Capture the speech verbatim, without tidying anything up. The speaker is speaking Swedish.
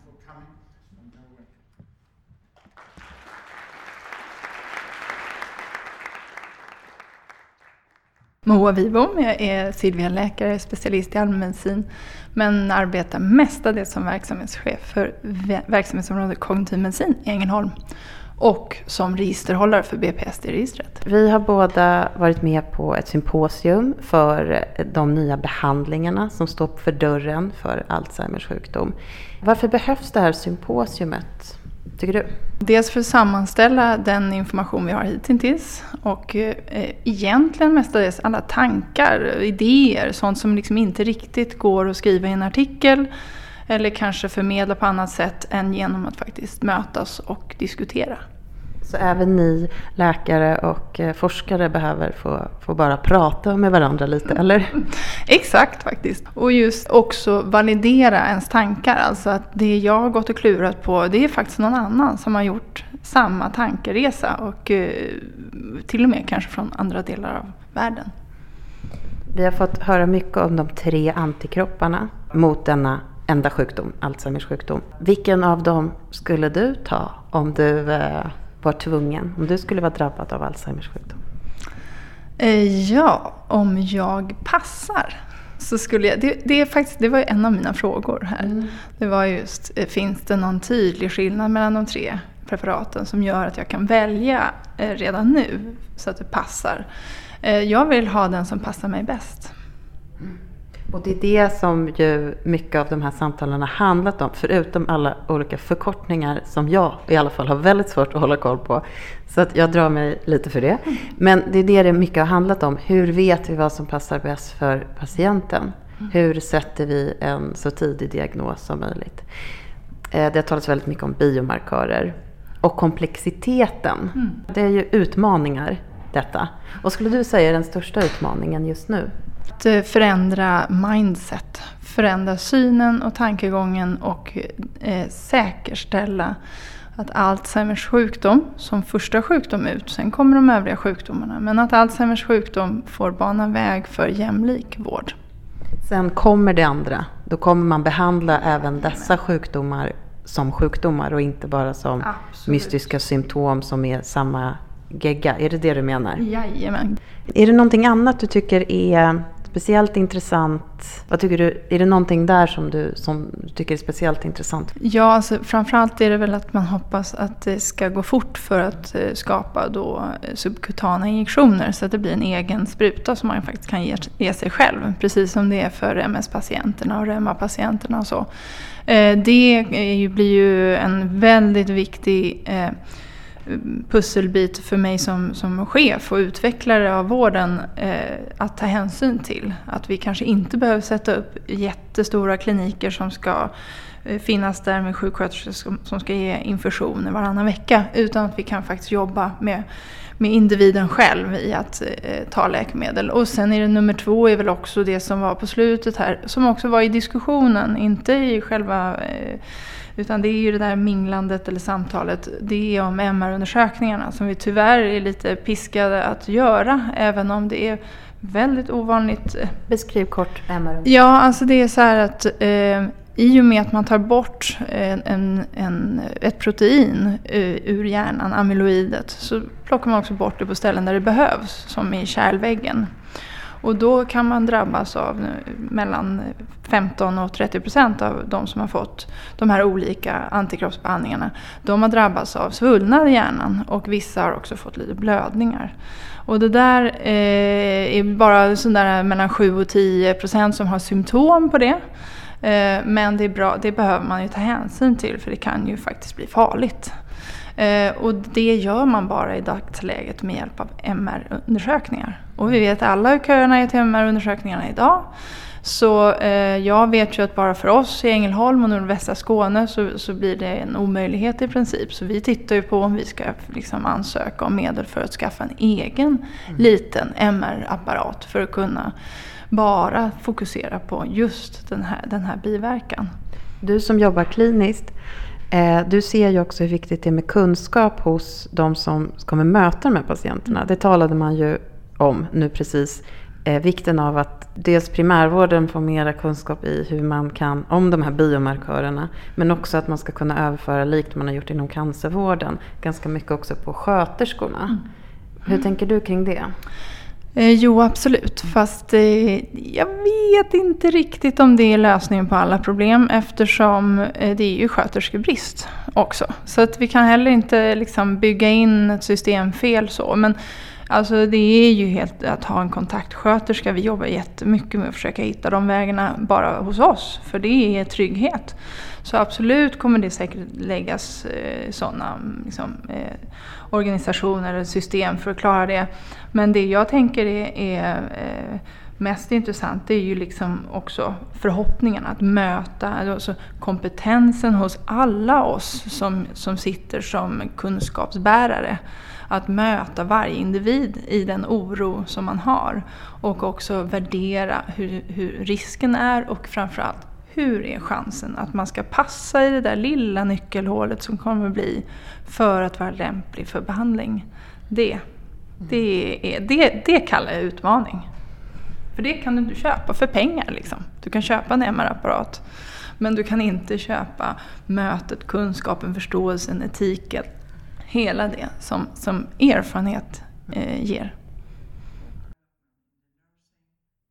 for coming. And, uh, Moa Wibom, jag är Silvia-läkare, specialist i allmänmedicin, men arbetar mestadels som verksamhetschef för verksamhetsområdet kognitiv medicin i Ängelholm och som registerhållare för B P S D-registret. Vi har båda varit med på ett symposium för de nya behandlingarna som står för dörren för Alzheimers sjukdom. Varför behövs det här symposiumet, tycker du? Dels för att sammanställa den information vi har hittills och eh, egentligen mestadels alla tankar, idéer, sånt som liksom inte riktigt går att skriva i en artikel eller kanske förmedla på annat sätt än genom att faktiskt mötas och diskutera. Så även ni läkare och forskare behöver få, få bara prata med varandra lite, eller? Exakt faktiskt. Och just också validera ens tankar. Alltså att det jag har gått och klurat på, det är faktiskt någon annan som har gjort samma tankeresa. Och eh, till och med kanske från andra delar av världen. Vi har fått höra mycket om de tre antikropparna mot denna enda sjukdom, Alzheimers sjukdom. Vilken av dem skulle du ta om du eh, var tvungen, om du skulle vara drabbad av Alzheimers sjukdom? Eh, ja, om jag passar så skulle jag, det, det, är faktiskt, det var ju en av mina frågor här. Mm. Det var just, finns det någon tydlig skillnad mellan de tre preparaten som gör att jag kan välja eh, redan nu så att det passar? Eh, jag vill ha den som passar mig bäst. Mm. Och det är det som ju mycket av de här samtalen har handlat om, förutom alla olika förkortningar som jag i alla fall har väldigt svårt att hålla koll på. Så att jag drar mig lite för det. Men det är det det mycket har handlat om. Hur vet vi vad som passar bäst för patienten? Hur sätter vi en så tidig diagnos som möjligt? Det har talats väldigt mycket om biomarkörer. Och komplexiteten, mm. det är ju utmaningar detta. Och skulle du säga den största utmaningen just nu? Att förändra mindset, förändra synen och tankegången och eh, säkerställa att Alzheimers sjukdom som första sjukdom ut, sen kommer de övriga sjukdomarna, men att Alzheimers sjukdom får bana väg för jämlik vård. Sen kommer det andra, då kommer man behandla även dessa sjukdomar som sjukdomar och inte bara som Absolut. mystiska symptom som är samma gegga. Är det det du menar? Jajamän. Är det någonting annat du tycker är speciellt intressant? Vad tycker du, är det någonting där som du, som du tycker är speciellt intressant? Ja, alltså, framförallt är det väl att man hoppas att det ska gå fort för att eh, skapa då subkutana injektioner så att det blir en egen spruta som man faktiskt kan ge, ge sig själv. Precis som det är för M S-patienterna och R E M A-patienterna och så. Eh, det är ju, blir ju en väldigt viktig eh, pusselbit för mig som, som chef och utvecklare av vården eh, att ta hänsyn till. Att vi kanske inte behöver sätta upp jättestora kliniker som ska eh, finnas där med sjuksköterskor som, som ska ge infusioner varannan vecka. Utan att vi kan faktiskt jobba med, med individen själv i att eh, ta läkemedel. Och sen är det nummer två är väl också det som var på slutet här. Som också var i diskussionen, inte i själva... Eh, Utan det är ju det där minglandet eller samtalet, det är om M R-undersökningarna som vi tyvärr är lite piskade att göra, även om det är väldigt ovanligt. Beskriv kort M R. Ja, alltså det är så här att eh, i och med att man tar bort en, en, en, ett protein uh, ur hjärnan, amyloidet, så plockar man också bort det på ställen där det behövs, som i kärlväggen. Och då kan man drabbas av mellan femton och trettio procent av de som har fått de här olika antikroppsbehandlingarna. De har drabbats av svullnad i hjärnan och vissa har också fått lite blödningar. Och det där eh, är bara sådär mellan sju och tio procent som har symptom på det. Eh, men det är bra, det behöver man ju ta hänsyn till för det kan ju faktiskt bli farligt. Eh, och det gör man bara i dagsläget med hjälp av M R-undersökningar. Och vi vet alla hur köerna är till M R-undersökningarna idag. Så eh, jag vet ju att bara för oss i Ängelholm och nordvästra Skåne så, så blir det en omöjlighet i princip. Så vi tittar ju på om vi ska liksom ansöka om medel för att skaffa en egen mm. liten M R-apparat för att kunna bara fokusera på just den här, den här biverkan. Du som jobbar kliniskt, eh, du ser ju också hur viktigt det är med kunskap hos de som kommer möta de här patienterna. Det talade man ju om nu precis eh, vikten av att dels primärvården får mera kunskap i hur man kan, om de här biomarkörerna, men också att man ska kunna överföra likt man har gjort inom cancervården, ganska mycket också på sköterskorna. Mm. Hur tänker du kring det? Eh, jo, absolut. Fast eh, jag vet inte riktigt om det är lösningen på alla problem, eftersom eh, det är ju sköterskebrist också. Så att vi kan heller inte liksom bygga in ett systemfel så. Men alltså, det är ju helt att ha en kontaktsköterska. Vi jobbar jättemycket med att försöka hitta de vägarna bara hos oss, för det är trygghet. Så absolut kommer det säkert läggas eh, sådana liksom, eh, organisationer eller system för att klara det. Men det jag tänker är, är eh, mest intressant, det är ju liksom också förhoppningen att möta, alltså kompetensen hos alla oss som, som sitter som kunskapsbärare. Att möta varje individ i den oro som man har. Och också värdera hur, hur risken är och framförallt hur är chansen att man ska passa i det där lilla nyckelhålet som kommer att bli för att vara lämplig för behandling. Det, det, är, det, det kallar jag utmaning. För det kan du köpa för pengar. Liksom. Du kan köpa en M R-apparat. Men du kan inte köpa mötet, kunskapen, förståelsen, etiken. Hela det som, som erfarenhet eh, ger.